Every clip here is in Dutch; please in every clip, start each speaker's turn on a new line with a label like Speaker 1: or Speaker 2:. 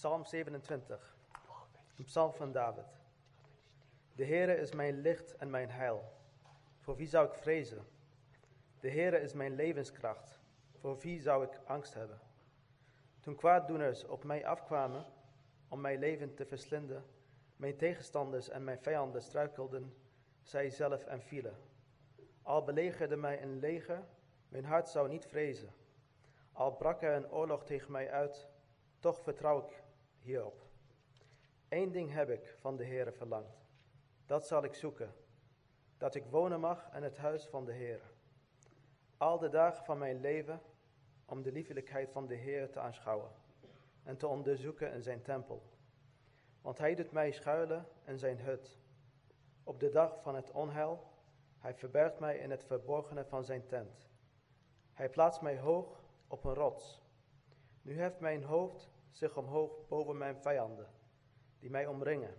Speaker 1: Psalm 27, een psalm van David. De Heere is mijn licht en mijn heil. Voor wie zou ik vrezen? De Heere is mijn levenskracht. Voor wie zou ik angst hebben? Toen kwaaddoeners op mij afkwamen om mijn leven te verslinden, mijn tegenstanders en mijn vijanden struikelden, zij zelf en vielen. Al belegerde mij een leger, mijn hart zou niet vrezen. Al brak er een oorlog tegen mij uit, toch vertrouw ik hierop. Eén ding heb ik van de Heere verlangd, dat zal ik zoeken, dat ik wonen mag in het huis van de Heere. Al de dagen van mijn leven, om de liefelijkheid van de Heere te aanschouwen en te onderzoeken in zijn tempel. Want hij doet mij schuilen in zijn hut. Op de dag van het onheil, hij verbergt mij in het verborgene van zijn tent. Hij plaatst mij hoog op een rots. Nu heft mijn hoofd zich omhoog boven mijn vijanden, die mij omringen.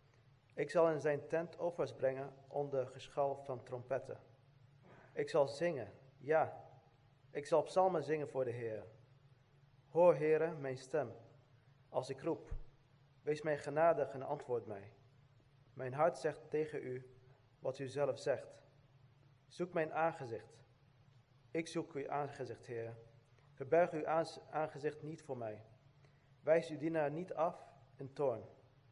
Speaker 1: Ik zal in zijn tent offers brengen onder geschal van trompetten. Ik zal zingen, ja, ik zal psalmen zingen voor de Heer. Hoor, Heere, mijn stem, als ik roep. Wees mij genadig en antwoord mij. Mijn hart zegt tegen u wat u zelf zegt. Zoek mijn aangezicht. Ik zoek uw aangezicht, Heer. Verberg uw aangezicht niet voor mij. Wijs uw dienaar niet af in toorn.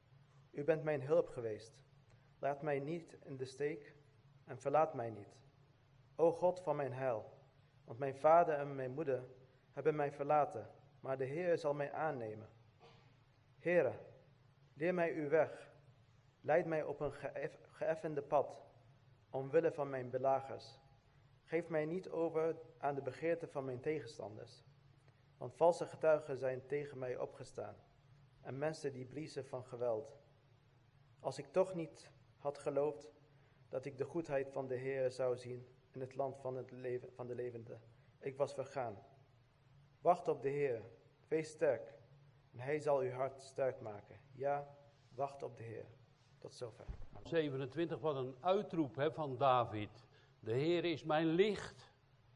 Speaker 1: U bent mijn hulp geweest. Laat mij niet in de steek en verlaat mij niet. O God van mijn heil, want mijn vader en mijn moeder hebben mij verlaten, maar de Heer zal mij aannemen. Heere, leer mij uw weg. Leid mij op een geëffende pad, omwille van mijn belagers. Geef mij niet over aan de begeerte van mijn tegenstanders. Want valse getuigen zijn tegen mij opgestaan, en mensen die bliezen van geweld. Als ik toch niet had geloofd dat ik de goedheid van de Heer zou zien in het land van de levenden, ik was vergaan. Wacht op de Heer, wees sterk, en hij zal uw hart sterk maken. Ja, wacht op de Heer. Tot zover.
Speaker 2: 27, wat een uitroep van David. De Heer is mijn licht.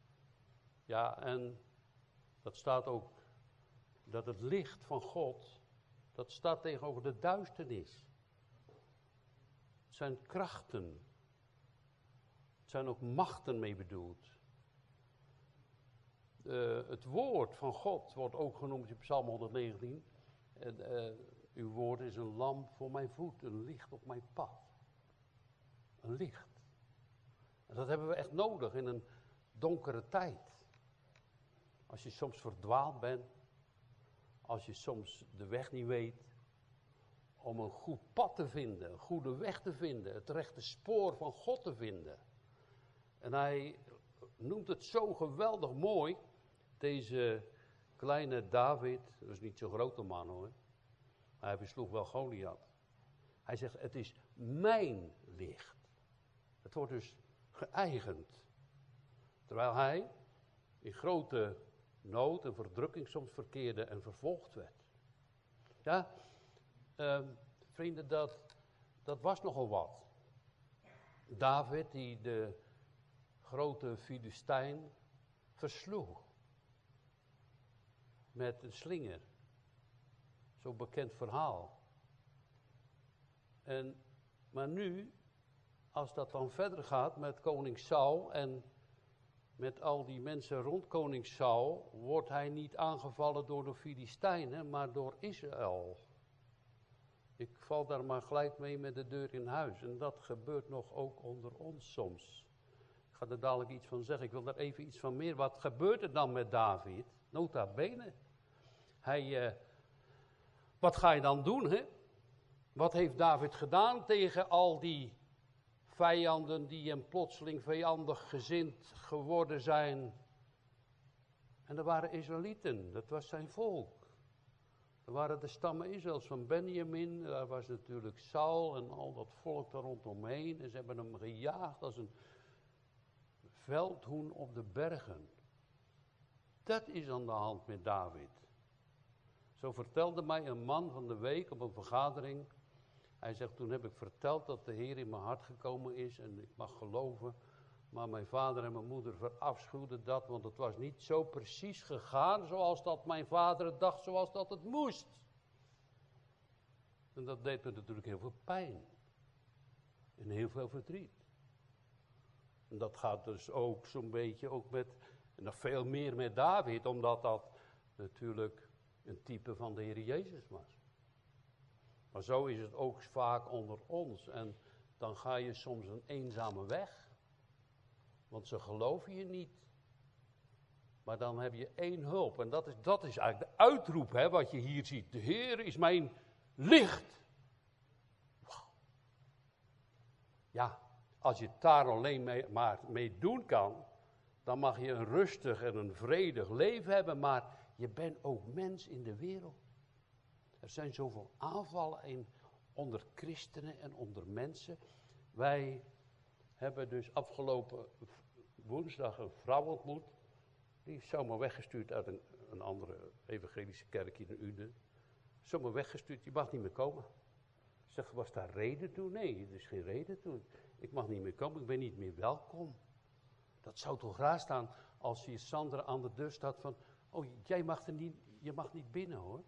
Speaker 2: Ja, en dat staat ook, dat het licht van God, dat staat tegenover de duisternis. Het zijn krachten. Het zijn ook machten mee bedoeld. Het woord van God wordt ook genoemd in Psalm 119. Uw woord is een lamp voor mijn voet, een licht op mijn pad. Een licht. En dat hebben we echt nodig in een donkere tijd. Als je soms verdwaald bent, als je soms de weg niet weet, om een goed pad te vinden, een goede weg te vinden, het rechte spoor van God te vinden. En hij noemt het zo geweldig mooi, deze kleine David, dat is niet zo'n grote man hoor, maar hij versloeg wel Goliath. Hij zegt, het is mijn licht. Het wordt dus geëigend. Terwijl hij in grote nood en verdrukking soms verkeerde en vervolgd werd. Ja, vrienden, dat was nogal wat. David die de grote Filistijn versloeg. Met een slinger. Zo'n bekend verhaal. Maar nu, als dat dan verder gaat met koning Saul en met al die mensen rond koning Saul, wordt hij niet aangevallen door de Filistijnen, maar door Israël. Ik val daar maar gelijk mee met de deur in huis. En dat gebeurt nog ook onder ons soms. Ik ga er dadelijk iets van zeggen. Ik wil daar even iets van meer. Wat gebeurt er dan met David? Nota bene. Wat ga je dan doen, hè? Wat heeft David gedaan tegen al die vijanden die hem plotseling vijandig gezind geworden zijn? En dat waren Israëlieten, dat was zijn volk. Er waren de stammen Israëls van Benjamin, daar was natuurlijk Saul en al dat volk daar rondomheen. En ze hebben hem gejaagd als een veldhoen op de bergen. Dat is aan de hand met David. Zo vertelde mij een man van de week op een vergadering. Hij zegt, toen heb ik verteld dat de Heer in mijn hart gekomen is en ik mag geloven. Maar mijn vader en mijn moeder verafschuwden dat, want het was niet zo precies gegaan zoals dat mijn vader het dacht, zoals dat het moest. En dat deed me natuurlijk heel veel pijn. En heel veel verdriet. En dat gaat dus ook zo'n beetje ook met, en nog veel meer met David, omdat dat natuurlijk een type van de Heer Jezus was. Maar zo is het ook vaak onder ons. En dan ga je soms een eenzame weg. Want ze geloven je niet. Maar dan heb je één hulp. En dat is eigenlijk de uitroep, hè, wat je hier ziet. De Heer is mijn licht. Wow. Ja, als je het daar alleen maar mee doen kan, dan mag je een rustig en een vredig leven hebben. Maar je bent ook mens in de wereld. Er zijn zoveel aanvallen onder christenen en onder mensen. Wij hebben dus afgelopen woensdag een vrouw ontmoet. Die is zomaar weggestuurd uit een andere evangelische kerk in Uden. Zomaar weggestuurd, je mag niet meer komen. Ik zeg, was daar reden toe? Nee, er is geen reden toe. Ik mag niet meer komen, ik ben niet meer welkom. Dat zou toch raar staan als hier Sandra aan de deur staat van, oh, je mag niet binnen hoor.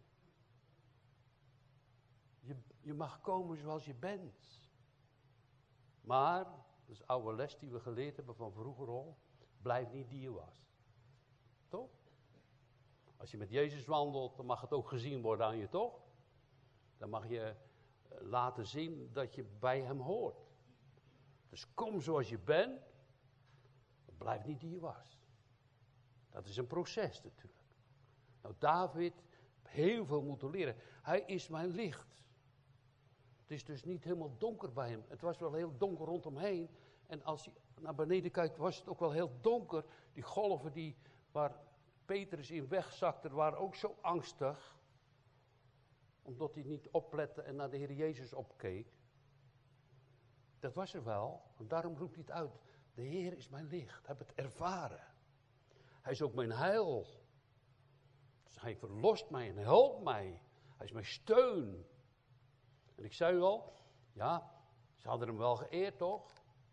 Speaker 2: Je mag komen zoals je bent. Maar, dat is oude les die we geleerd hebben van vroeger al, blijf niet die je was. Toch? Als je met Jezus wandelt, dan mag het ook gezien worden aan je, toch? Dan mag je laten zien dat je bij hem hoort. Dus kom zoals je bent, blijf niet die je was. Dat is een proces natuurlijk. Nou, David heeft heel veel moeten leren. Hij is mijn licht. Het is dus niet helemaal donker bij hem. Het was wel heel donker rondomheen. En als hij naar beneden kijkt, was het ook wel heel donker. Die golven waar Petrus in wegzakte, waren ook zo angstig. Omdat hij niet oplette en naar de Heer Jezus opkeek. Dat was er wel. En daarom roept hij het uit. De Heer is mijn licht. Heb het ervaren. Hij is ook mijn heil. Dus hij verlost mij en helpt mij. Hij is mijn steun. En ik zei u al, ja, ze hadden hem wel geëerd, toch?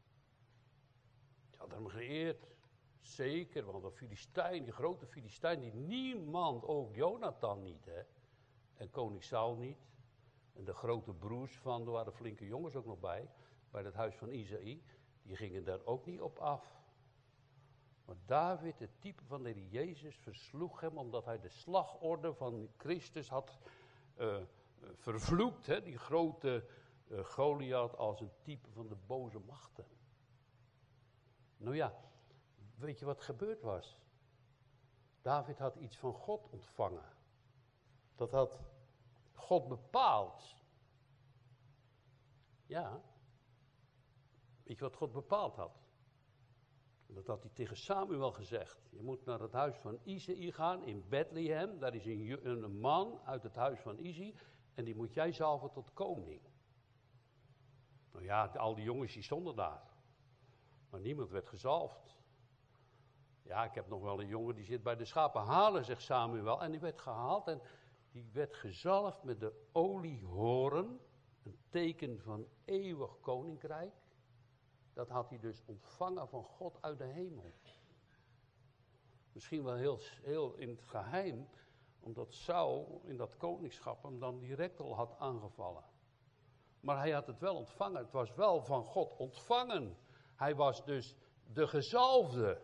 Speaker 2: Ze hadden hem geëerd, zeker, want een Filistijn, die grote Filistijn, die niemand, ook Jonathan niet, hè. En koning Saul niet. En de grote broers van, er waren flinke jongens ook nog bij het huis van Isaïe, die gingen daar ook niet op af. Maar David, het type van de Heer Jezus, versloeg hem, omdat hij de slagorde van Christus had vervloekt, hè, die grote Goliath als een type van de boze machten. Nou ja, weet je wat gebeurd was? David had iets van God ontvangen. Dat had God bepaald. Ja, weet je wat God bepaald had? Dat had hij tegen Samuel gezegd. Je moet naar het huis van Isaïe gaan in Bethlehem. Daar is een man uit het huis van Isaïe. En die moet jij zalven tot koning. Nou ja, al die jongens die stonden daar. Maar niemand werd gezalfd. Ja, ik heb nog wel een jongen die zit bij de schapen halen, zegt Samuel. En die werd gehaald en die werd gezalfd met de oliehoorn. Een teken van eeuwig koninkrijk. Dat had hij dus ontvangen van God uit de hemel. Misschien wel heel in het geheim, omdat Saul in dat koningschap hem dan direct al had aangevallen. Maar hij had het wel ontvangen. Het was wel van God ontvangen. Hij was dus de gezalfde.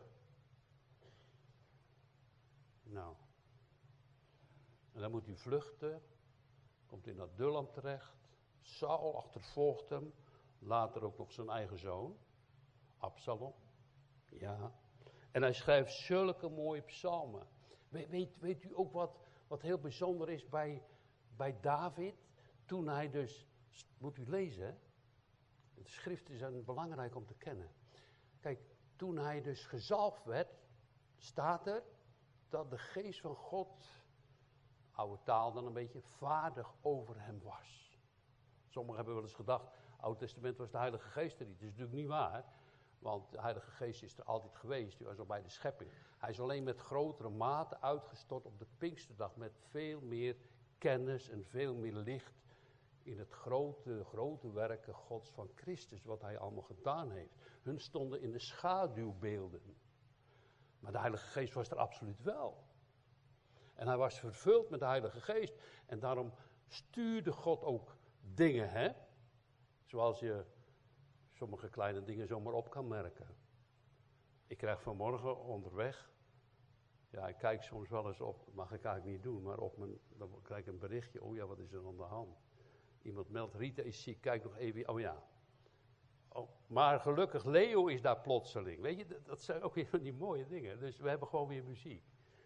Speaker 2: Nou. En dan moet hij vluchten. Komt in Adullam terecht. Saul achtervolgt hem. Later ook nog zijn eigen zoon. Absalom. Ja. En hij schrijft zulke mooie psalmen. Weet u ook wat heel bijzonder is bij David? Toen hij dus, moet u lezen, hè? De schriften zijn belangrijk om te kennen. Kijk, toen hij dus gezalfd werd, staat er dat de geest van God, oude taal dan een beetje, vaardig over hem was. Sommigen hebben wel eens gedacht, Oude Testament was de Heilige Geest er niet. Dat is natuurlijk niet waar. Want de Heilige Geest is er altijd geweest. Die was al bij de schepping. Hij is alleen met grotere mate uitgestort op de Pinksterdag. Met veel meer kennis en veel meer licht. In het grote werken Gods van Christus. Wat hij allemaal gedaan heeft. Hun stonden in de schaduwbeelden. Maar de Heilige Geest was er absoluut wel. En hij was vervuld met de Heilige Geest. En daarom stuurde God ook dingen, hè? Zoals je sommige kleine dingen zomaar op kan merken. Ik krijg vanmorgen onderweg, ja, ik kijk soms wel eens op, dat mag ik eigenlijk niet doen, maar dan krijg ik een berichtje, oh ja, wat is er aan de hand? Iemand meldt, Rita is ziek, kijk nog even, oh ja. Oh, maar gelukkig, Leo is daar plotseling. Weet je, dat zijn ook weer van die mooie dingen. Dus we hebben gewoon weer muziek.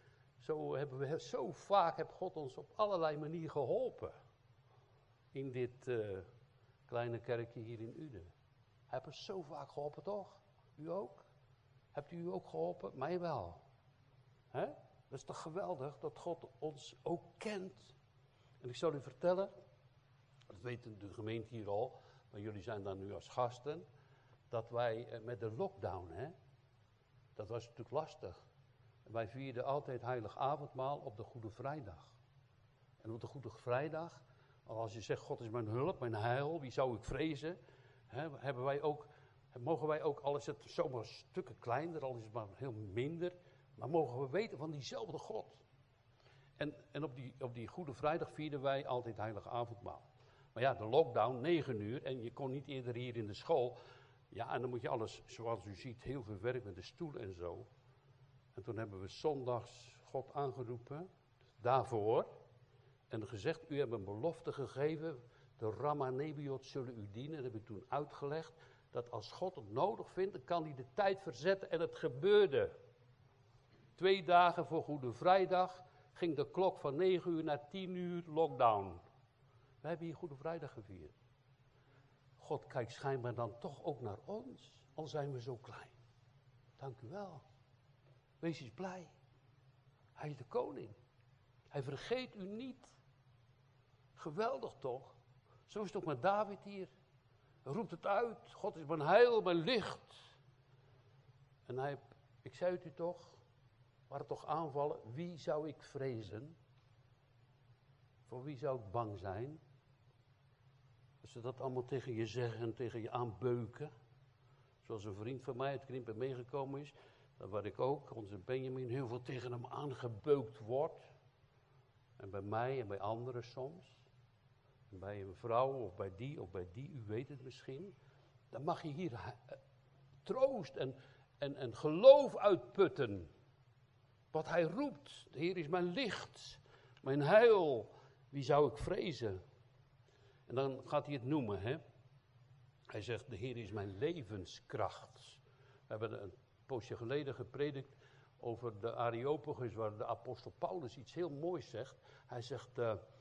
Speaker 2: Zo vaak heeft God ons op allerlei manieren geholpen. In dit kleine kerkje hier in Uden. Hij heeft ons zo vaak geholpen, toch? U ook? Hebt u ook geholpen? Mij wel. Hè? Dat is toch geweldig dat God ons ook kent. En ik zal u vertellen, dat weet de gemeente hier al, maar jullie zijn dan nu als gasten, dat wij met de lockdown, hè, dat was natuurlijk lastig. Wij vierden altijd heilig avondmaal op de Goede Vrijdag. En op de Goede Vrijdag, als je zegt, God is mijn hulp, mijn heil, wie zou ik vrezen, hè, mogen wij ook, al is het zomaar stukken kleiner, al is het maar heel minder, maar mogen we weten van diezelfde God. En op die Goede Vrijdag vierden wij altijd heilig avondmaal. Maar ja, de lockdown, 9 uur, en je kon niet eerder hier in de school. Ja, en dan moet je alles, zoals u ziet, heel veel werk met de stoel en zo. En toen hebben we zondags God aangeroepen, daarvoor. En gezegd, u hebt een belofte gegeven, de Ramah Nebiot zullen u dienen. Dat heb ik toen uitgelegd, dat als God het nodig vindt, dan kan hij de tijd verzetten. En het gebeurde. 2 dagen voor Goede Vrijdag ging de klok van 9 uur naar 10 uur lockdown. Wij hebben hier Goede Vrijdag gevierd. God kijkt schijnbaar dan toch ook naar ons, al zijn we zo klein. Dank u wel. Wees eens blij. Hij is de koning. Hij vergeet u niet. Geweldig toch? Zo is het ook met David hier. Hij roept het uit. God is mijn heil, mijn licht. En ik zei het u toch, waar het toch aanvallen, wie zou ik vrezen? Voor wie zou ik bang zijn? Als ze dat allemaal tegen je zeggen en tegen je aanbeuken. Zoals een vriend van mij uit Krimpen meegekomen is. Dan waar ik ook, onze Benjamin, heel veel tegen hem aangebeukt wordt. En bij mij en bij anderen soms. En bij een vrouw of bij die, u weet het misschien. Dan mag je hier troost en geloof uitputten. Wat hij roept, de Heer is mijn licht, mijn heil. Wie zou ik vrezen? En dan gaat hij het noemen, hè. Hij zegt, de Heer is mijn levenskracht. We hebben een poosje geleden gepredikt over de Areopagus, waar de apostel Paulus iets heel moois zegt. Hij zegt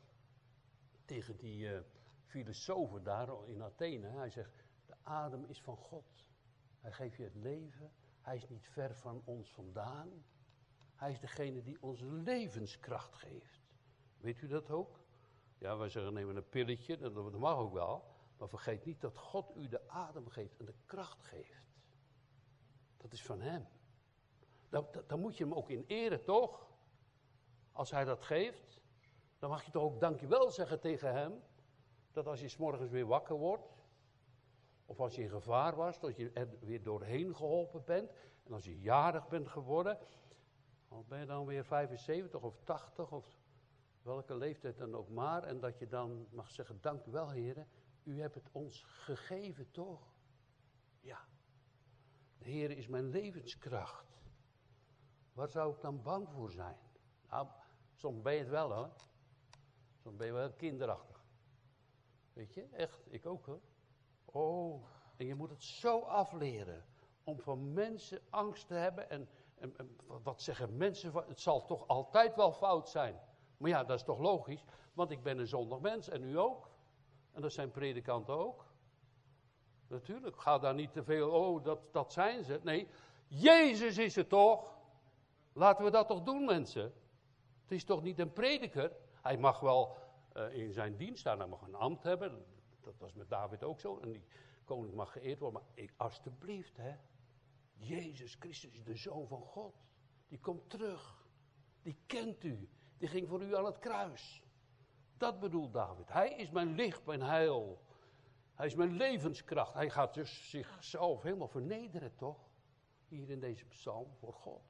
Speaker 2: tegen die filosofen daar in Athene, hij zegt, de adem is van God. Hij geeft je het leven, hij is niet ver van ons vandaan. Hij is degene die onze levenskracht geeft. Weet u dat ook? Ja, wij zeggen neem een pilletje, dat mag ook wel. Maar vergeet niet dat God u de adem geeft en de kracht geeft. Dat is van hem. Dan moet je hem ook in eren, toch? Als hij dat geeft, dan mag je toch ook dankjewel zeggen tegen hem. Dat als je 's morgens weer wakker wordt, of als je in gevaar was, dat je er weer doorheen geholpen bent. En als je jarig bent geworden, dan ben je dan weer 75 of 80 of welke leeftijd dan ook maar. En dat je dan mag zeggen, dank u wel heren, u hebt het ons gegeven toch? Ja, de Heer is mijn levenskracht. Waar zou ik dan bang voor zijn? Nou, soms ben je het wel hoor. Soms ben je wel kinderachtig. Weet je, echt, ik ook hoor. Oh, en je moet het zo afleren om van mensen angst te hebben en wat zeggen mensen, het zal toch altijd wel fout zijn. Maar ja, dat is toch logisch, want ik ben een zondig mens en u ook. En dat zijn predikanten ook. Natuurlijk, ga daar niet te veel, dat zijn ze. Nee, Jezus is het toch? Laten we dat toch doen, mensen. Het is toch niet een prediker? Hij mag wel in zijn dienst staan, hij mag een ambt hebben. Dat was met David ook zo. En die koning mag geëerd worden. Maar alsjeblieft, hè. Jezus Christus is de Zoon van God. Die komt terug. Die kent u. Die ging voor u aan het kruis. Dat bedoelt David. Hij is mijn licht, mijn heil. Hij is mijn levenskracht. Hij gaat dus zichzelf helemaal vernederen, toch? Hier in deze psalm voor God.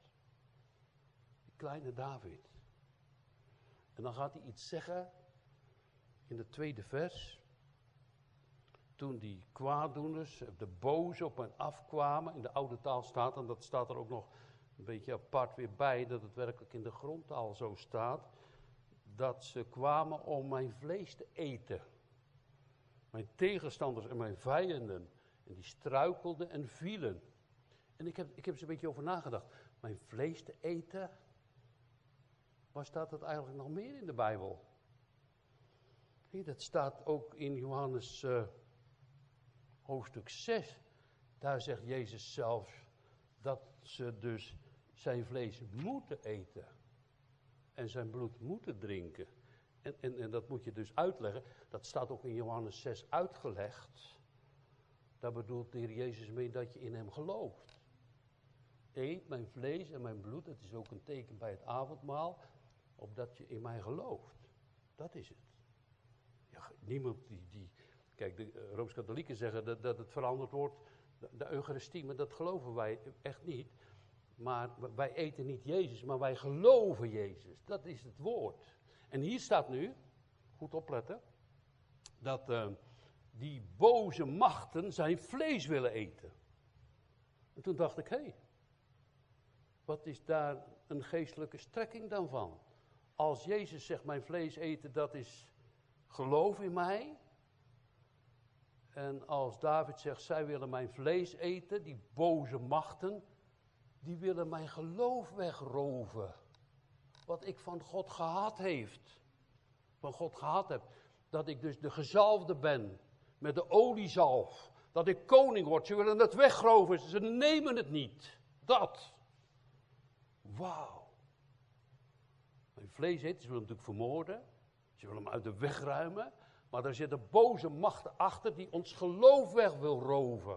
Speaker 2: Die kleine David. En dan gaat hij iets zeggen in het 2e vers. toen die kwaaddoeners, de boze op hen afkwamen, in de oude taal staat, en dat staat er ook nog een beetje apart weer bij, dat het werkelijk in de grondtaal zo staat, dat ze kwamen om mijn vlees te eten. Mijn tegenstanders en mijn vijanden, en die struikelden en vielen. En ik heb er een beetje over nagedacht. Mijn vlees te eten, waar staat dat eigenlijk nog meer in de Bijbel? Nee, dat staat ook in Johannes hoofdstuk 6. Daar zegt Jezus zelfs dat ze dus zijn vlees moeten eten. En zijn bloed moeten drinken. En dat moet je dus uitleggen. Dat staat ook in Johannes 6 uitgelegd. Daar bedoelt de Heer Jezus mee dat je in hem gelooft. Eet mijn vlees en mijn bloed. Dat is ook een teken bij het avondmaal. Opdat je in mij gelooft. Dat is het. Ja, niemand die kijk, de Rooms-Katholieken zeggen dat het veranderd wordt. De Eucharistie, maar dat geloven wij echt niet. Maar wij eten niet Jezus, maar wij geloven Jezus. Dat is het woord. En hier staat nu, goed opletten, dat die boze machten zijn vlees willen eten. En toen dacht ik, hé, wat is daar een geestelijke strekking dan van? Als Jezus zegt, mijn vlees eten, dat is geloof in mij. En als David zegt, zij willen mijn vlees eten, die boze machten, die willen mijn geloof wegroven. Wat ik van God gehad heb. Dat ik dus de gezalfde ben, met de oliezalf. Dat ik koning word, ze willen het wegroven, ze nemen het niet. Dat. Wauw. Mijn vlees eten, ze willen hem natuurlijk vermoorden. Ze willen hem uit de weg ruimen. Maar er zitten boze machten achter die ons geloof weg wil roven.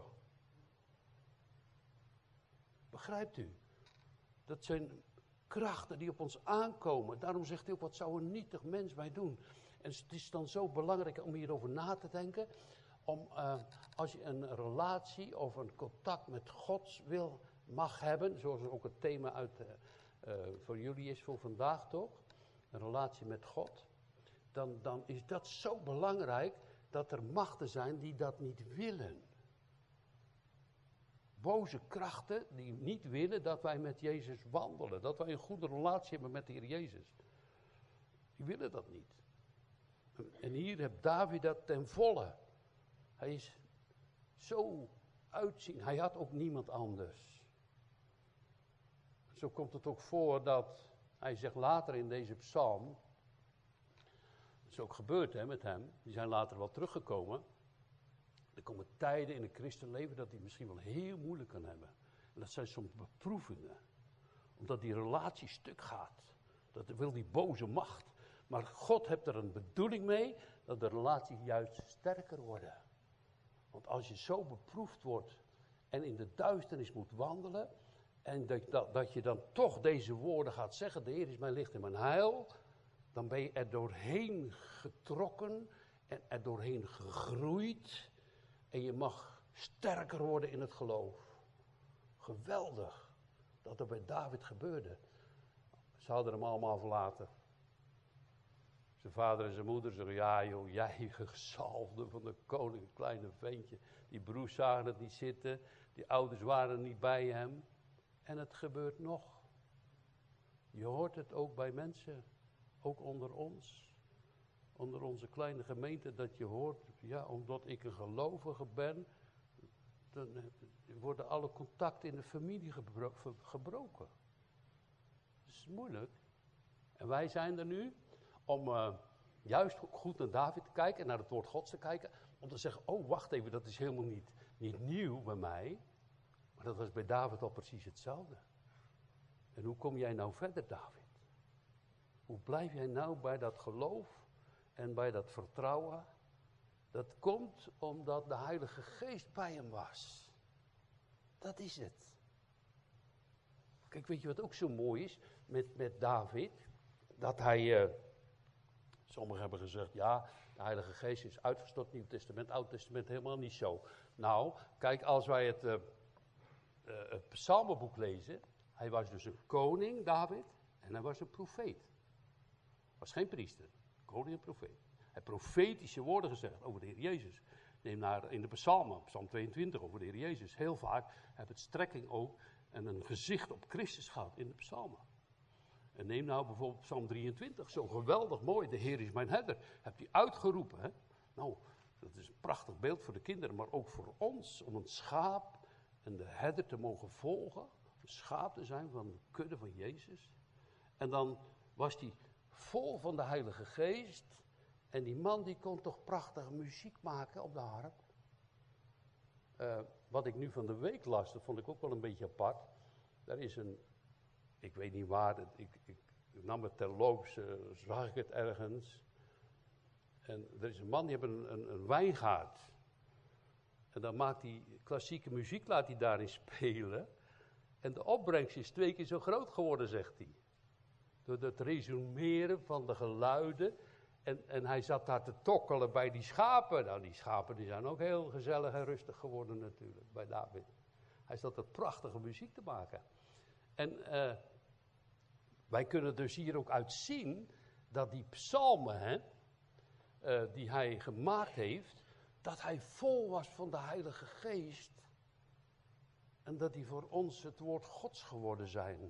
Speaker 2: Begrijpt u? Dat zijn krachten die op ons aankomen. Daarom zegt hij ook, wat zou een nietig mens mij doen? En het is dan zo belangrijk om hierover na te denken. Om, als je een relatie of een contact met God mag hebben. Zoals ook het thema voor jullie is voor vandaag toch. Een relatie met God. Dan is dat zo belangrijk dat er machten zijn die dat niet willen. Boze krachten die niet willen dat wij met Jezus wandelen. Dat wij een goede relatie hebben met de Heer Jezus. Die willen dat niet. En hier heeft David dat ten volle. Hij is zo uitzien. Hij had ook niemand anders. Zo komt het ook voor dat hij zegt later in deze psalm. Dat is ook gebeurd met hem. Die zijn later wel teruggekomen. Er komen tijden in het christenleven dat hij misschien wel heel moeilijk kan hebben. En dat zijn soms beproevingen. Omdat die relatie stuk gaat. Dat wil die boze macht. Maar God heeft er een bedoeling mee dat de relatie juist sterker wordt. Want als je zo beproefd wordt en in de duisternis moet wandelen. En dat je dan toch deze woorden gaat zeggen. De Heer is mijn licht en mijn heil. Dan ben je er doorheen getrokken en er doorheen gegroeid. En je mag sterker worden in het geloof. Geweldig dat er bij David gebeurde. Ze hadden hem allemaal verlaten. Zijn vader en zijn moeder zeggen, ja joh, jij gezalfde van de koning, kleine ventje. Die broers zagen het niet zitten, die ouders waren niet bij hem. En het gebeurt nog. Je hoort het ook bij mensen, ook onder ons. Onder onze kleine gemeente, dat je hoort, ja, omdat ik een gelovige ben, dan worden alle contacten in de familie gebroken. Dat is moeilijk. En wij zijn er nu om juist goed naar David te kijken en naar het woord Gods te kijken. Om te zeggen, oh wacht even, dat is helemaal niet nieuw bij mij. Maar dat was bij David al precies hetzelfde. En hoe kom jij nou verder, David? Hoe blijf jij nou bij dat geloof? En bij dat vertrouwen, dat komt omdat de Heilige Geest bij hem was. Dat is het. Kijk, weet je wat ook zo mooi is met David? Dat hij, sommigen hebben gezegd, ja, de Heilige Geest is uitgestort, Nieuw Testament, Oud Testament, helemaal niet zo. Nou, kijk, als wij het Psalmenboek lezen, hij was dus een koning, David, en hij was een profeet. Hij was geen priester. Koning en profeet. Hij heeft profetische woorden gezegd over de Heer Jezus. Neem naar in de psalmen, psalm 22 over de Heer Jezus. Heel vaak heb het strekking ook en een gezicht op Christus gehad in de psalmen. En neem nou bijvoorbeeld psalm 23, zo geweldig mooi. De Heer is mijn herder. Hebt hij uitgeroepen. Hè? Nou, dat is een prachtig beeld voor de kinderen, maar ook voor ons. Om een schaap en de herder te mogen volgen. Een schaap te zijn van de kudde van Jezus. En dan was hij vol van de Heilige Geest. En die man die kon toch prachtige muziek maken op de harp. Wat ik nu van de week las, dat vond ik ook wel een beetje apart. Daar is ik weet niet waar, ik nam het terloops, zag ik het ergens. En er is een man die heeft een wijngaard. En dan maakt hij klassieke muziek, laat hij daarin spelen. En de opbrengst is 2 keer zo groot geworden, zegt hij. Door het resumeren van de geluiden. En hij zat daar te tokkelen bij die schapen. Nou, die schapen die zijn ook heel gezellig en rustig geworden natuurlijk, bij David. Hij zat er prachtige muziek te maken. En wij kunnen dus hier ook uit zien dat die psalmen, die hij gemaakt heeft, dat hij vol was van de Heilige Geest. En dat die voor ons het woord Gods geworden zijn.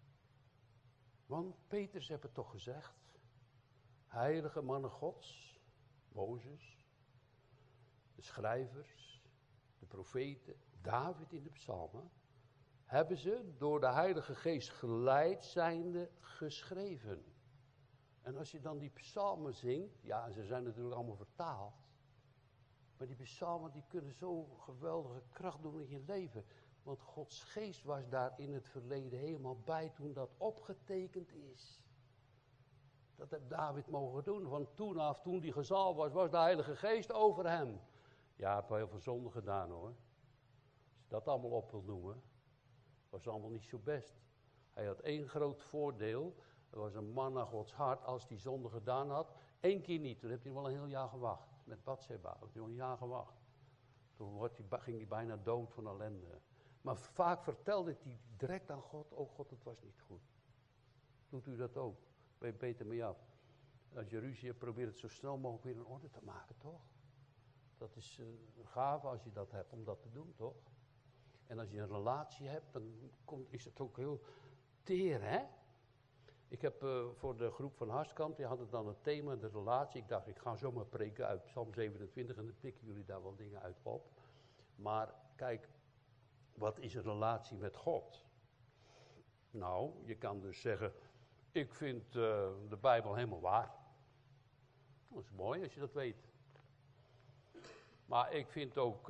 Speaker 2: Want Petrus heeft het toch gezegd. Heilige mannen Gods, Mozes, de schrijvers, de profeten, David in de psalmen, hebben ze door de Heilige Geest geleid zijnde geschreven. En als je dan die psalmen zingt, ja, ze zijn natuurlijk allemaal vertaald, maar die psalmen die kunnen zo geweldige kracht doen in je leven. Want Gods Geest was daar in het verleden helemaal bij toen dat opgetekend is. Dat heeft David mogen doen. Van toen af, toen hij gezalfd was, was de Heilige Geest over hem. Ja, hij heeft wel heel veel zonde gedaan hoor. Als je dat allemaal op wilt noemen, was allemaal niet zo best. Hij had 1 groot voordeel. Er was een man naar Gods hart. Als hij zonde gedaan had, 1 keer niet. Toen heeft hij wel een heel jaar gewacht. Met Bathseba, heeft hij wel een jaar gewacht. Toen ging hij bijna dood van ellende. Maar vaak vertelde hij direct aan God, oh God, het was niet goed. Doet u dat ook? Ben je beter mee af? Als je ruzie hebt, probeer het zo snel mogelijk weer in orde te maken, toch? Dat is een gave als je dat hebt, om dat te doen, toch? En als je een relatie hebt, dan is het ook heel teer, hè? Ik heb voor de groep van Harskamp, die hadden dan het thema, de relatie. Ik dacht, ik ga zomaar preken uit Psalm 27 en dan pikken jullie daar wel dingen uit op. Maar kijk, wat is een relatie met God? Nou, je kan dus zeggen, ik vind de Bijbel helemaal waar. Dat is mooi als je dat weet. Maar ik vind ook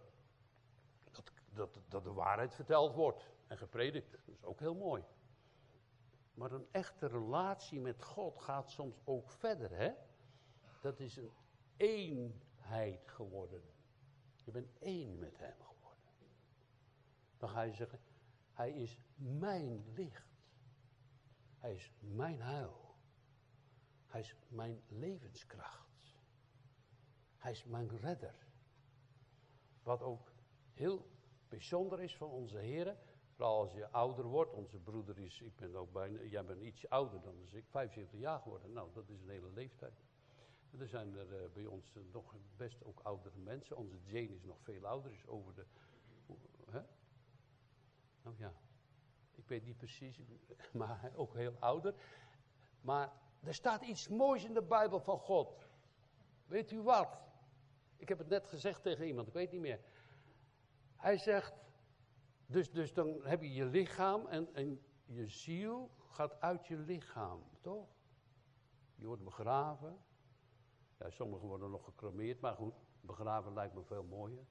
Speaker 2: dat de waarheid verteld wordt en gepredikt. Dat is ook heel mooi. Maar een echte relatie met God gaat soms ook verder, hè? Dat is een eenheid geworden. Je bent één met hem geworden. Dan ga je zeggen, hij is mijn licht. Hij is mijn heil. Hij is mijn levenskracht. Hij is mijn redder. Wat ook heel bijzonder is van onze Heer, vooral als je ouder wordt. Onze broeder is, jij bent iets ouder dan ik, 75 jaar geworden. Nou, dat is een hele leeftijd. En er zijn er bij ons nog best ook oudere mensen. Onze Jane is nog veel ouder, is over de... Hè? Nou ja, ik weet niet precies, maar ook heel ouder. Maar er staat iets moois in de Bijbel van God. Weet u wat? Ik heb het net gezegd tegen iemand, ik weet niet meer. Hij zegt, dus dan heb je je lichaam en je ziel gaat uit je lichaam, toch? Je wordt begraven. Ja, sommigen worden nog gecremeerd, maar goed, begraven lijkt me veel mooier.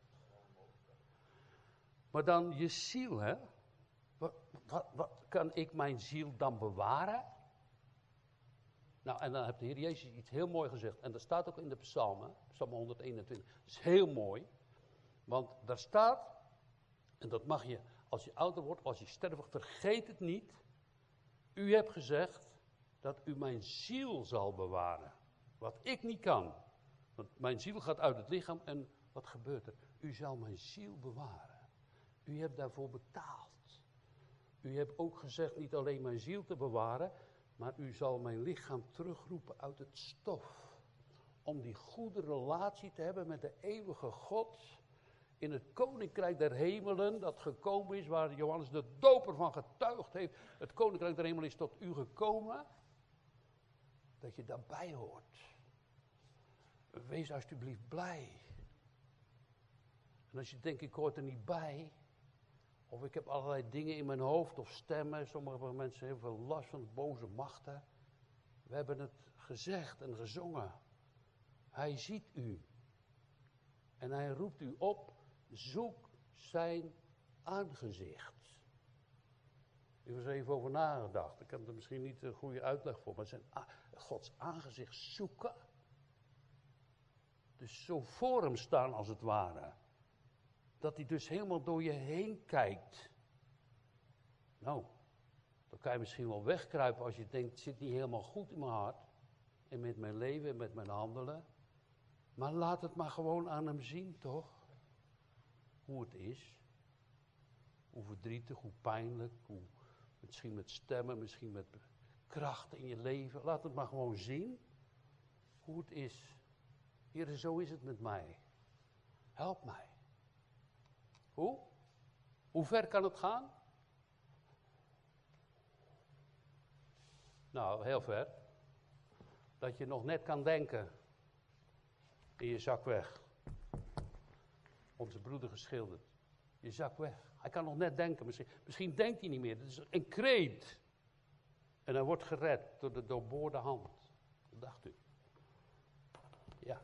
Speaker 2: Maar dan je ziel, hè? Wat kan ik mijn ziel dan bewaren? Nou, en dan heeft de Heer Jezus iets heel mooi gezegd. En dat staat ook in de psalmen, psalm 121. Dat is heel mooi. Want daar staat, en dat mag je als je ouder wordt, als je sterft, vergeet het niet. U hebt gezegd dat u mijn ziel zal bewaren. Wat ik niet kan. Want mijn ziel gaat uit het lichaam en wat gebeurt er? U zal mijn ziel bewaren. U hebt daarvoor betaald. U hebt ook gezegd niet alleen mijn ziel te bewaren, maar u zal mijn lichaam terugroepen uit het stof. om die goede relatie te hebben met de eeuwige God in het koninkrijk der hemelen, dat gekomen is, waar Johannes de Doper van getuigd heeft. Het koninkrijk der hemelen is tot u gekomen, dat je daarbij hoort. Wees alsjeblieft blij. En als je denkt, ik hoor er niet bij, of ik heb allerlei dingen in mijn hoofd, of stemmen, sommige mensen hebben veel last van boze machten. We hebben het gezegd en gezongen. Hij ziet u. En hij roept u op, zoek zijn aangezicht. Ik was er even over nagedacht. Ik heb er misschien niet een goede uitleg voor, maar zijn Gods aangezicht zoeken. Dus zo voor hem staan als het ware. Dat hij dus helemaal door je heen kijkt. Nou, dan kan je misschien wel wegkruipen als je denkt, het zit niet helemaal goed in mijn hart. En met mijn leven en met mijn handelen. Maar laat het maar gewoon aan hem zien, toch? Hoe het is. Hoe verdrietig, hoe pijnlijk, misschien met stemmen, misschien met krachten in je leven. Laat het maar gewoon zien hoe het is. Heer, zo is het met mij. Help mij. Hoe? Hoe ver kan het gaan? Nou, heel ver. Dat je nog net kan denken. In je zak weg. Onze broeder geschilderd. Je zak weg. Hij kan nog net denken. Misschien denkt hij niet meer. Het is een kreet. En hij wordt gered door de doorboorde hand. Wat dacht u? Ja.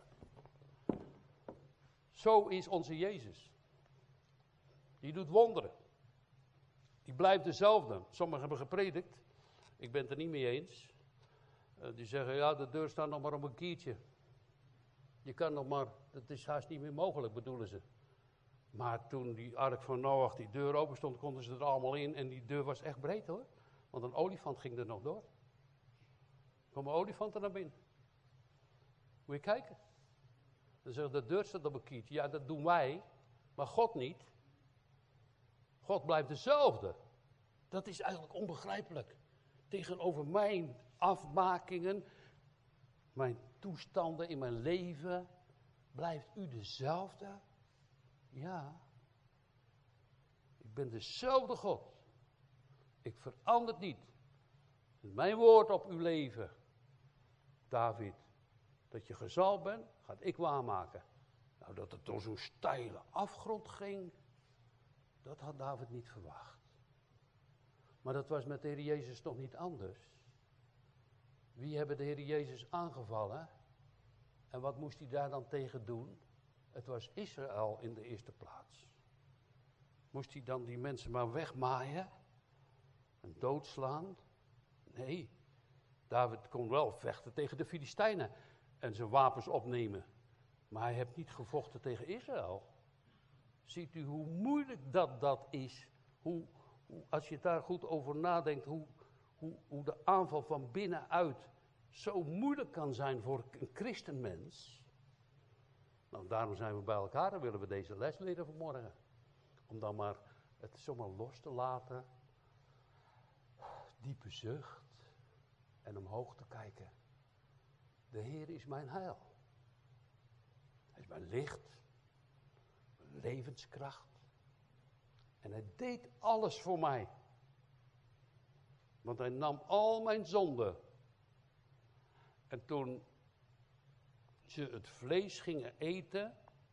Speaker 2: Zo is onze Jezus. Die doet wonderen. Die blijft dezelfde. Sommigen hebben gepredikt. Ik ben het er niet mee eens. Die zeggen, ja, de deur staat nog maar op een kiertje. Je kan nog maar, dat is haast niet meer mogelijk, bedoelen ze. Maar toen die ark van Noach, die deur open stond, konden ze er allemaal in. En die deur was echt breed, hoor. Want een olifant ging er nog door. Er komen olifanten naar binnen. Moet je kijken. Dan zeggen de deur staat op een kiertje. Ja, dat doen wij. Maar God niet. God blijft dezelfde. Dat is eigenlijk onbegrijpelijk. Tegenover mijn afmakingen, mijn toestanden in mijn leven, blijft u dezelfde? Ja. Ik ben dezelfde God. Ik verander niet. Mijn woord op uw leven, David, dat je gezalfd bent, gaat ik waarmaken. Nou, dat het door zo'n steile afgrond ging, dat had David niet verwacht. Maar dat was met de Heer Jezus toch niet anders. Wie hebben de Heer Jezus aangevallen? En wat moest hij daar dan tegen doen? Het was Israël in de eerste plaats. Moest hij dan die mensen maar wegmaaien? En doodslaan? Nee. David kon wel vechten tegen de Filistijnen. En zijn wapens opnemen. Maar hij heeft niet gevochten tegen Israël. Ziet u hoe moeilijk dat is? Als je daar goed over nadenkt, hoe de aanval van binnenuit zo moeilijk kan zijn voor een christenmens. Nou, daarom zijn we bij elkaar en willen we deze les leren vanmorgen. Om dan maar het zomaar los te laten. Diepe zucht. En omhoog te kijken. De Heer is mijn heil. Hij is mijn licht. Mijn levenskracht. En hij deed alles voor mij. Want hij nam al mijn zonden. En toen ze het vlees gingen eten,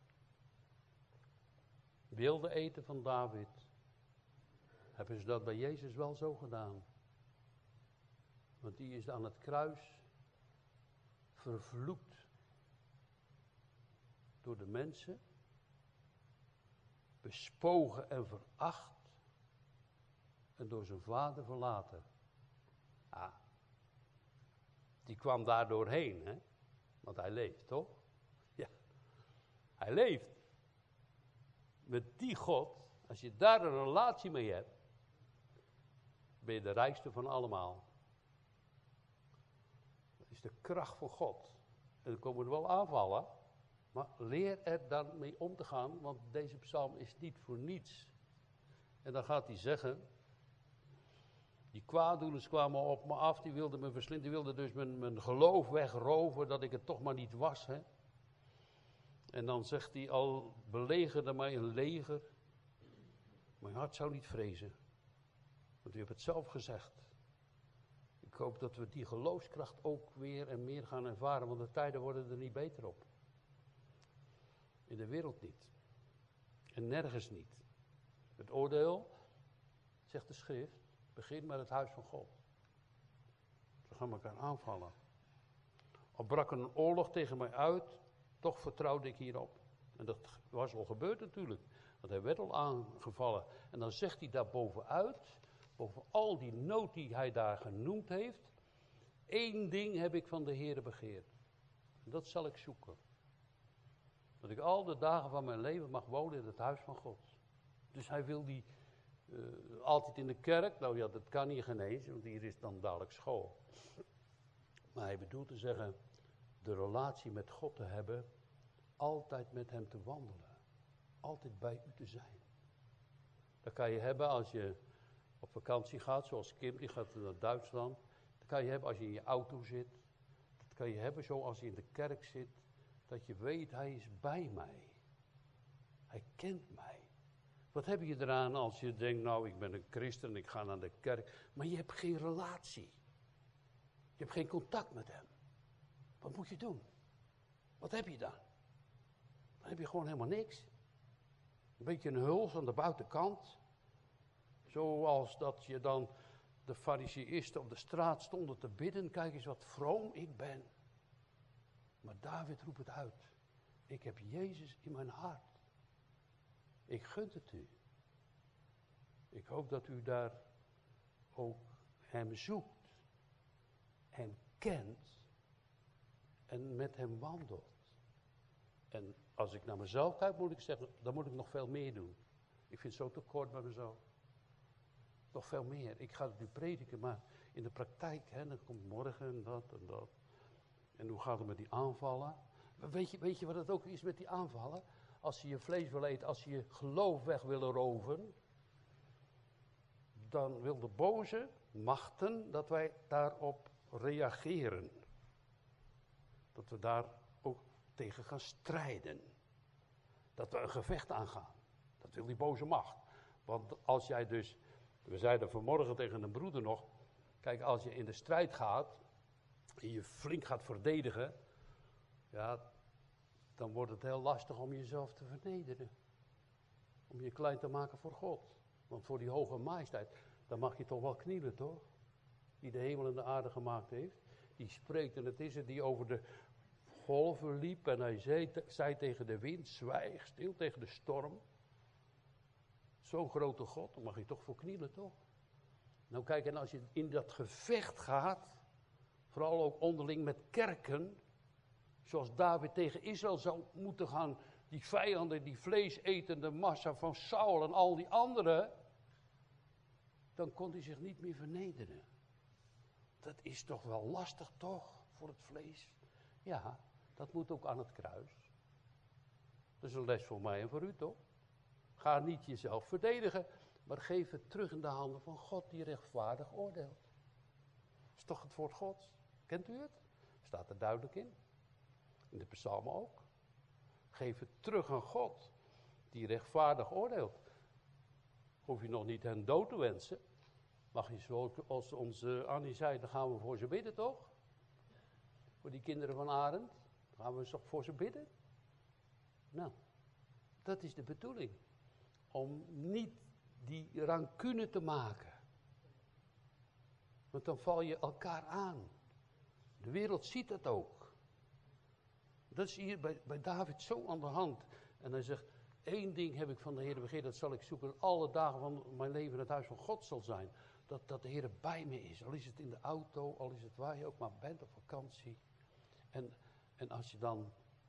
Speaker 2: wilden eten van David, hebben ze dat bij Jezus wel zo gedaan. Want die is aan het kruis vervloekt door de mensen, bespogen en veracht en door zijn vader verlaten. Ah, die kwam daar doorheen, hè? Want hij leeft, toch? Ja, hij leeft. Met die God, als je daar een relatie mee hebt, ben je de rijkste van allemaal. Dat is de kracht van God. En dan komen er wel aanvallen, maar leer er dan mee om te gaan, want deze psalm is niet voor niets. En dan gaat hij zeggen, Die kwaaddoeners kwamen op me af, die wilden me verslinden, die wilden dus mijn geloof wegroven, dat ik het toch maar niet was. Hè. En dan zegt hij, al belegerde mij een leger, mijn hart zou niet vrezen. Want u hebt het zelf gezegd. Ik hoop dat we die geloofskracht ook weer en meer gaan ervaren, want de tijden worden er niet beter op. In de wereld niet. En nergens niet. Het oordeel, zegt de schrift, begint met het huis van God. We gaan elkaar aanvallen. Al brak er een oorlog tegen mij uit, toch vertrouwde ik hierop. En dat was al gebeurd natuurlijk. Want hij werd al aangevallen. En dan zegt hij daar bovenuit, boven al die nood die hij daar genoemd heeft, 1 ding heb ik van de Heere begeerd. En dat zal ik zoeken. Dat ik al de dagen van mijn leven mag wonen in het huis van God. Dus hij wil die altijd in de kerk. Nou ja, dat kan niet genezen, want hier is dan dadelijk school. Maar hij bedoelt te zeggen, de relatie met God te hebben, altijd met hem te wandelen. Altijd bij u te zijn. Dat kan je hebben als je op vakantie gaat, zoals Kim, die gaat naar Duitsland. Dat kan je hebben als je in je auto zit. Dat kan je hebben zoals je in de kerk zit. Dat je weet, hij is bij mij. Hij kent mij. Wat heb je eraan als je denkt, nou, ik ben een christen, ik ga naar de kerk. Maar je hebt geen relatie. Je hebt geen contact met hem. Wat moet je doen? Wat heb je dan? Dan heb je gewoon helemaal niks. Een beetje een huls aan de buitenkant. Zoals dat je dan de fariseïsten op de straat stonden te bidden. Kijk eens wat vroom ik ben. Maar David roept het uit. Ik heb Jezus in mijn hart. Ik gun het u. Ik hoop dat u daar ook hem zoekt. Hem kent. En met hem wandelt. En als ik naar mezelf kijk, moet ik zeggen, dan moet ik nog veel meer doen. Ik vind het zo tekort bij mezelf. Nog veel meer. Ik ga het nu prediken, maar in de praktijk, hè, dan komt morgen en dat en dat. En hoe gaat het met die aanvallen? Maar weet je wat het ook is met die aanvallen? Als je je vlees wil eten, als je je geloof weg wil roven, dan wil de boze machten dat wij daarop reageren. Dat we daar ook tegen gaan strijden. Dat we een gevecht aangaan. Dat wil die boze macht. Want als jij dus, we zeiden vanmorgen tegen een broeder nog, kijk, als je in de strijd gaat en je flink gaat verdedigen, ja, dan wordt het heel lastig om jezelf te vernederen. Om je klein te maken voor God. Want voor die hoge majesteit, dan mag je toch wel knielen, toch? Die de hemel en de aarde gemaakt heeft. Die spreekt en het is het die over de golven liep. En hij zei tegen de wind, zwijg, stil tegen de storm. Zo'n grote God, dan mag je toch voor knielen, toch? Nou kijk, en als je in dat gevecht gaat, vooral ook onderling met kerken, zoals David tegen Israël zou moeten gaan, die vijanden, die vleesetende massa van Saul en al die anderen, dan kon hij zich niet meer vernederen. Dat is toch wel lastig, toch, voor het vlees? Ja, dat moet ook aan het kruis. Dat is een les voor mij en voor u, toch? Ga niet jezelf verdedigen, maar geef het terug in de handen van God die rechtvaardig oordeelt. Dat is toch het woord Gods? Kent u het? Staat er duidelijk in. In de psalmen ook. Geef het terug aan God die rechtvaardig oordeelt. Hoef je nog niet hen dood te wensen. Mag je zoals onze Annie zei, dan gaan we voor ze bidden, toch? Voor die kinderen van Arend. Dan gaan we toch voor ze bidden. Nou, dat is de bedoeling. Om niet die rancune te maken. Want dan val je elkaar aan. De wereld ziet dat ook. Dat is hier bij David zo aan de hand. En hij zegt, 1 ding heb ik van de Heer begeerd, dat zal ik zoeken. Alle dagen van mijn leven in het huis van God zal zijn. Dat de Heer bij me is. Al is het in de auto, al is het waar je ook maar bent op vakantie. En als je dan,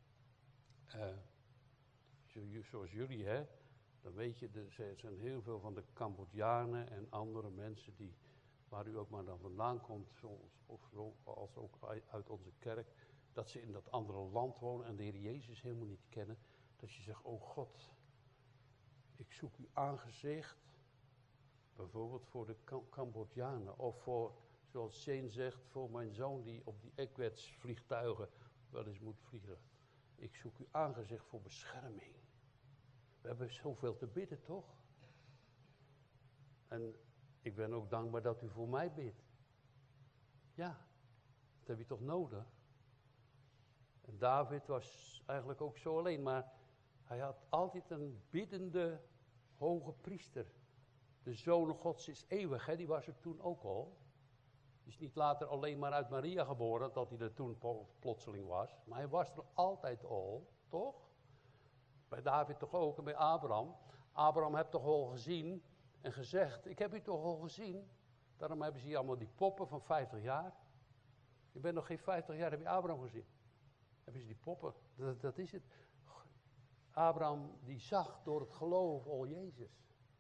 Speaker 2: zoals jullie, hè, dan weet je, er zijn heel veel van de Cambodjanen en andere mensen die, waar u ook maar dan vandaan komt, als ook uit onze kerk, dat ze in dat andere land wonen en de Heer Jezus helemaal niet kennen. Dat je zegt, oh God, ik zoek uw aangezicht. Bijvoorbeeld voor de Cambodjanen of voor, zoals Shane zegt, voor mijn zoon die op die Equets vliegtuigen wel eens moet vliegen. Ik zoek uw aangezicht voor bescherming. We hebben zoveel te bidden, toch? En ik ben ook dankbaar dat u voor mij bidt. Ja, dat heb je toch nodig? En David was eigenlijk ook zo alleen, maar hij had altijd een biddende hoge priester. De Zoon Gods is eeuwig, hè? Die was er toen ook al. Die is niet later alleen maar uit Maria geboren, dat hij er toen plotseling was. Maar hij was er altijd al, toch? Bij David toch ook en bij Abraham. Abraham heeft toch al gezien en gezegd, ik heb u toch al gezien. Daarom hebben ze hier allemaal die poppen van 50 jaar. Je bent nog geen 50 jaar, heb je Abraham gezien. Hebben ze die poppen, dat is het. Abraham die zag door het geloof al Jezus.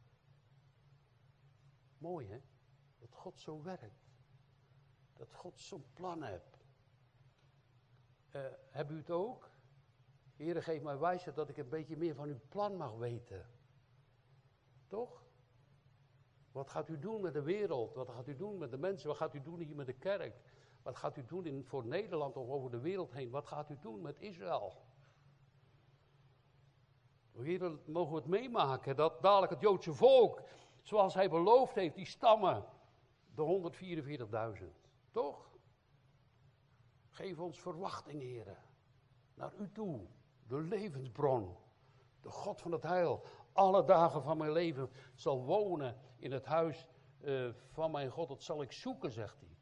Speaker 2: Mooi hè, dat God zo werkt. Dat God zo'n plan hebt. Hebt u het ook? Heere, geef mij wijsheid dat ik een beetje meer van uw plan mag weten. Toch? Wat gaat u doen met de wereld? Wat gaat u doen met de mensen? Wat gaat u doen hier met de kerk? Wat gaat u doen voor Nederland of over de wereld heen? Wat gaat u doen met Israël? Heere, mogen we het meemaken dat dadelijk het Joodse volk, zoals hij beloofd heeft, die stammen, de 144.000. Toch? Geef ons verwachting, Heere. Naar u toe. De levensbron. De God van het heil. Alle dagen van mijn leven zal wonen in het huis van mijn God. Dat zal ik zoeken, zegt hij.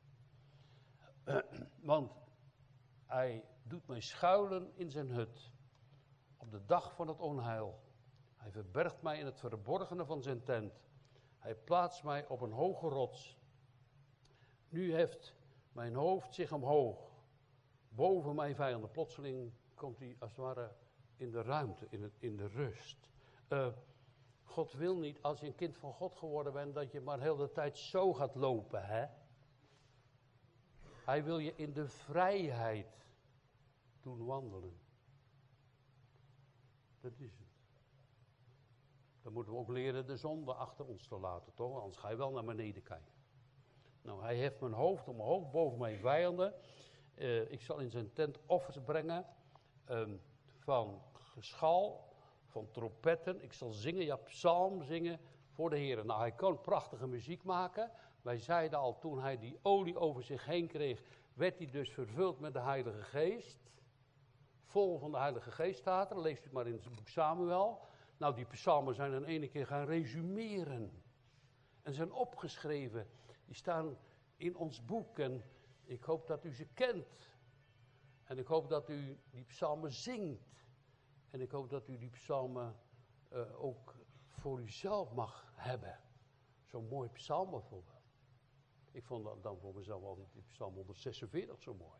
Speaker 2: Want hij doet mij schuilen in zijn hut. Op de dag van het onheil. Hij verbergt mij in het verborgene van zijn tent. Hij plaatst mij op een hoge rots. Nu heft mijn hoofd zich omhoog. Boven mijn vijanden. Plotseling komt hij als het ware in de ruimte, in de rust. God wil niet, als je een kind van God geworden bent, dat je maar heel de tijd zo gaat lopen, hè? Hij wil je in de vrijheid doen wandelen. Dat is het. Dan moeten we ook leren de zonde achter ons te laten, toch? Anders ga je wel naar beneden kijken. Nou, hij heft mijn hoofd omhoog boven mijn vijanden. Ik zal in zijn tent offers brengen van geschal, van trompetten. Ik zal zingen, ja, psalm zingen voor de Heer. Nou, hij kan prachtige muziek maken. Wij zeiden al, toen hij die olie over zich heen kreeg, werd hij dus vervuld met de Heilige Geest. Vol van de Heilige Geest staat er. Leest u maar in het boek Samuel. Nou, die psalmen zijn in ene keer gaan resumeren. En zijn opgeschreven. Die staan in ons boek. En ik hoop dat u ze kent. En ik hoop dat u die psalmen zingt. En ik hoop dat u die psalmen ook voor uzelf mag hebben. Zo'n mooi psalm bijvoorbeeld. Ik vond dan voor mezelf altijd die psalm 146 zo mooi.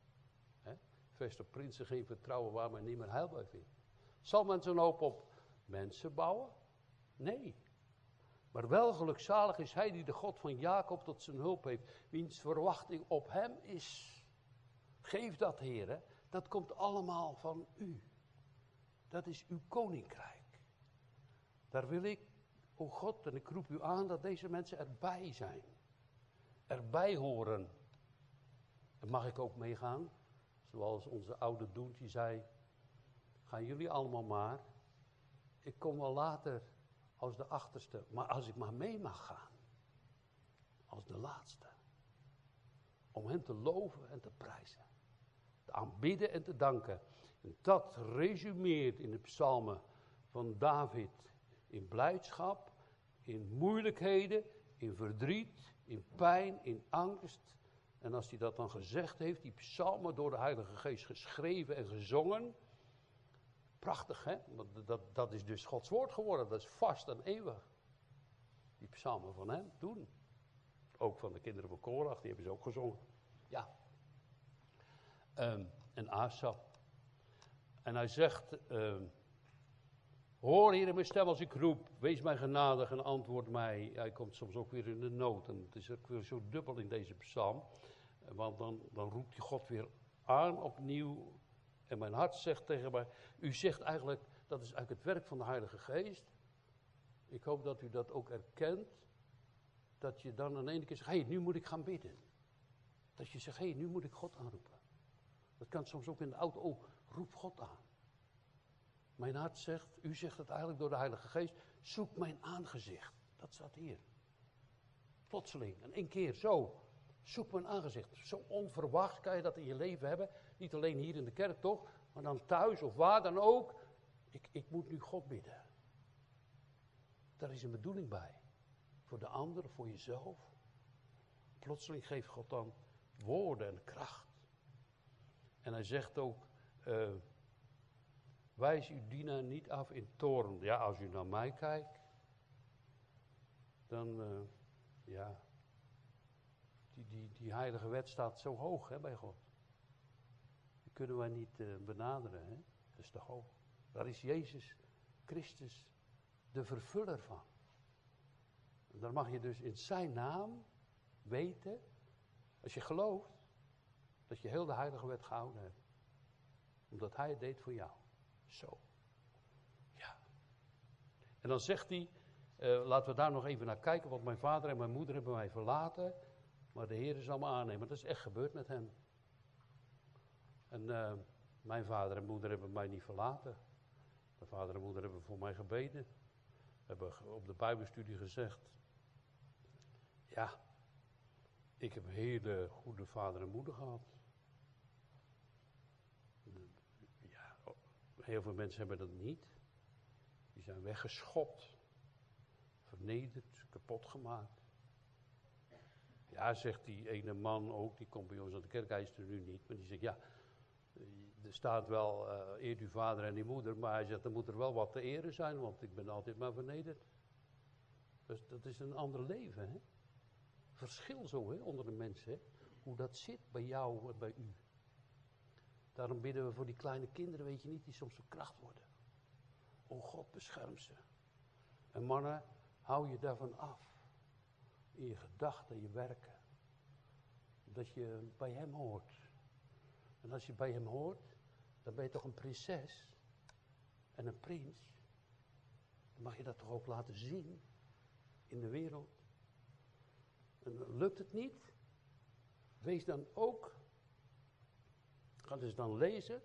Speaker 2: Vest op prinsen geen vertrouwen waar men niet meer heil bij vindt. Zal men zijn hoop op mensen bouwen? Nee. Maar wel gelukzalig is hij die de God van Jacob tot zijn hulp heeft. Wiens verwachting op hem is. Geef dat, Heer. Dat komt allemaal van u. Dat is uw koninkrijk. Daar wil ik, o God, en ik roep u aan dat deze mensen erbij zijn. Erbij horen. En mag ik ook meegaan? Zoals onze oude Doentje zei, gaan jullie allemaal maar. Ik kom wel later als de achterste, maar als ik maar mee mag gaan. Als de laatste. Om hem te loven en te prijzen. Te aanbidden en te danken. En dat resumeert in de psalmen van David. In blijdschap, in moeilijkheden, in verdriet, in pijn, in angst. En als hij dat dan gezegd heeft, die psalmen door de Heilige Geest geschreven en gezongen. Prachtig, hè? Want dat is dus Gods woord geworden. Dat is vast en eeuwig. Die psalmen van hem toen. Ook van de kinderen van Korach, die hebben ze ook gezongen. Ja. En Asaf. En hij zegt, hoor Heer mijn stem als ik roep, wees mij genadig en antwoord mij. Hij komt soms ook weer in de nood. En het is ook weer zo dubbel in deze psalm. Want dan roept hij God weer aan opnieuw. En mijn hart zegt tegen mij, u zegt eigenlijk, dat is eigenlijk het werk van de Heilige Geest. Ik hoop dat u dat ook erkent. dat je dan aan de ene keer zegt, hé, nu moet ik gaan bidden. Dat je zegt, hé, nu moet ik God aanroepen. Dat kan soms ook in de auto, oh, roep God aan. Mijn hart zegt, u zegt het eigenlijk door de Heilige Geest, zoek mijn aangezicht. Dat staat hier. Plotseling, in één keer, zo. Zoek mijn aangezicht. Zo onverwachts kan je dat in je leven hebben. Niet alleen hier in de kerk toch, maar dan thuis of waar dan ook. Ik moet nu God bidden. Daar is een bedoeling bij. Voor de ander, voor jezelf. Plotseling geeft God dan woorden en kracht. En hij zegt ook, wijs uw dienaar niet af in toorn. Ja, als u naar mij kijkt, dan, die heilige wet staat zo hoog hè, bij God. Die kunnen wij niet benaderen, hè? Dat is te hoog. Daar is Jezus Christus de vervuller van. En daar mag je dus in zijn naam weten, als je gelooft, dat je heel de heilige wet gehouden hebt. Omdat hij het deed voor jou. Zo. Ja. En dan zegt hij, laten we daar nog even naar kijken, want mijn vader en mijn moeder hebben mij verlaten, maar de Heer zal me aannemen. Dat is echt gebeurd met hem. En mijn vader en moeder hebben mij niet verlaten. Mijn vader en moeder hebben voor mij gebeden. Hebben op de Bijbelstudie gezegd, ja, ik heb een hele goede vader en moeder gehad. Ja, heel veel mensen hebben dat niet. Die zijn weggeschopt, vernederd, kapot gemaakt. Ja, zegt die ene man ook, die komt bij ons aan de kerk, hij is er nu niet, maar die zegt, ja, er staat wel, eert uw vader en uw moeder, maar hij zegt, er moet er wel wat te eren zijn, want ik ben altijd maar vernederd. Dus dat is een ander leven, hè. Verschil zo, hè, onder de mensen, hè. Hoe dat zit bij jou en bij u. Daarom bidden we voor die kleine kinderen, weet je niet, die soms verkracht worden. O God, bescherm ze. En mannen, hou je daarvan af. In je gedachten, je werken. Dat je bij hem hoort. En als je bij hem hoort, dan ben je toch een prinses en een prins. Dan mag je dat toch ook laten zien in de wereld. En lukt het niet? Wees dan ook, ga dus dan lezen.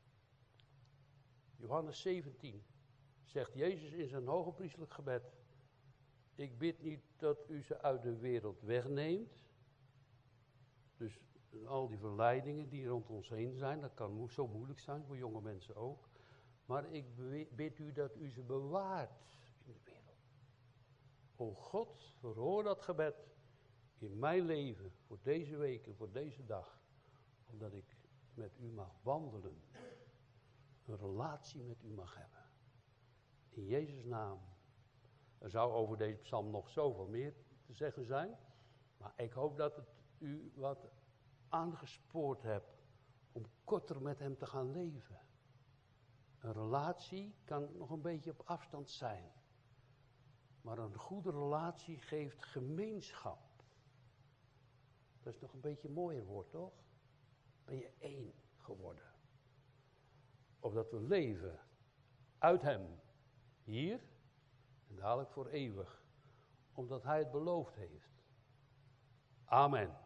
Speaker 2: Johannes 17 zegt Jezus in zijn hogepriestelijk gebed. Ik bid niet dat u ze uit de wereld wegneemt. Dus al die verleidingen die rond ons heen zijn, dat kan zo moeilijk zijn, voor jonge mensen ook. Maar ik bid u dat u ze bewaart in de wereld. O God, verhoor dat gebed in mijn leven, voor deze week en voor deze dag. Omdat ik met u mag wandelen. Een relatie met u mag hebben. In Jezus' naam. Er zou over deze psalm nog zoveel meer te zeggen zijn. Maar ik hoop dat het u wat aangespoord hebt om korter met hem te gaan leven. Een relatie kan nog een beetje op afstand zijn. Maar een goede relatie geeft gemeenschap. Dat is nog een beetje een mooier woord, toch? Ben je één geworden. Of dat we leven uit hem hier en dadelijk voor eeuwig. Omdat hij het beloofd heeft. Amen.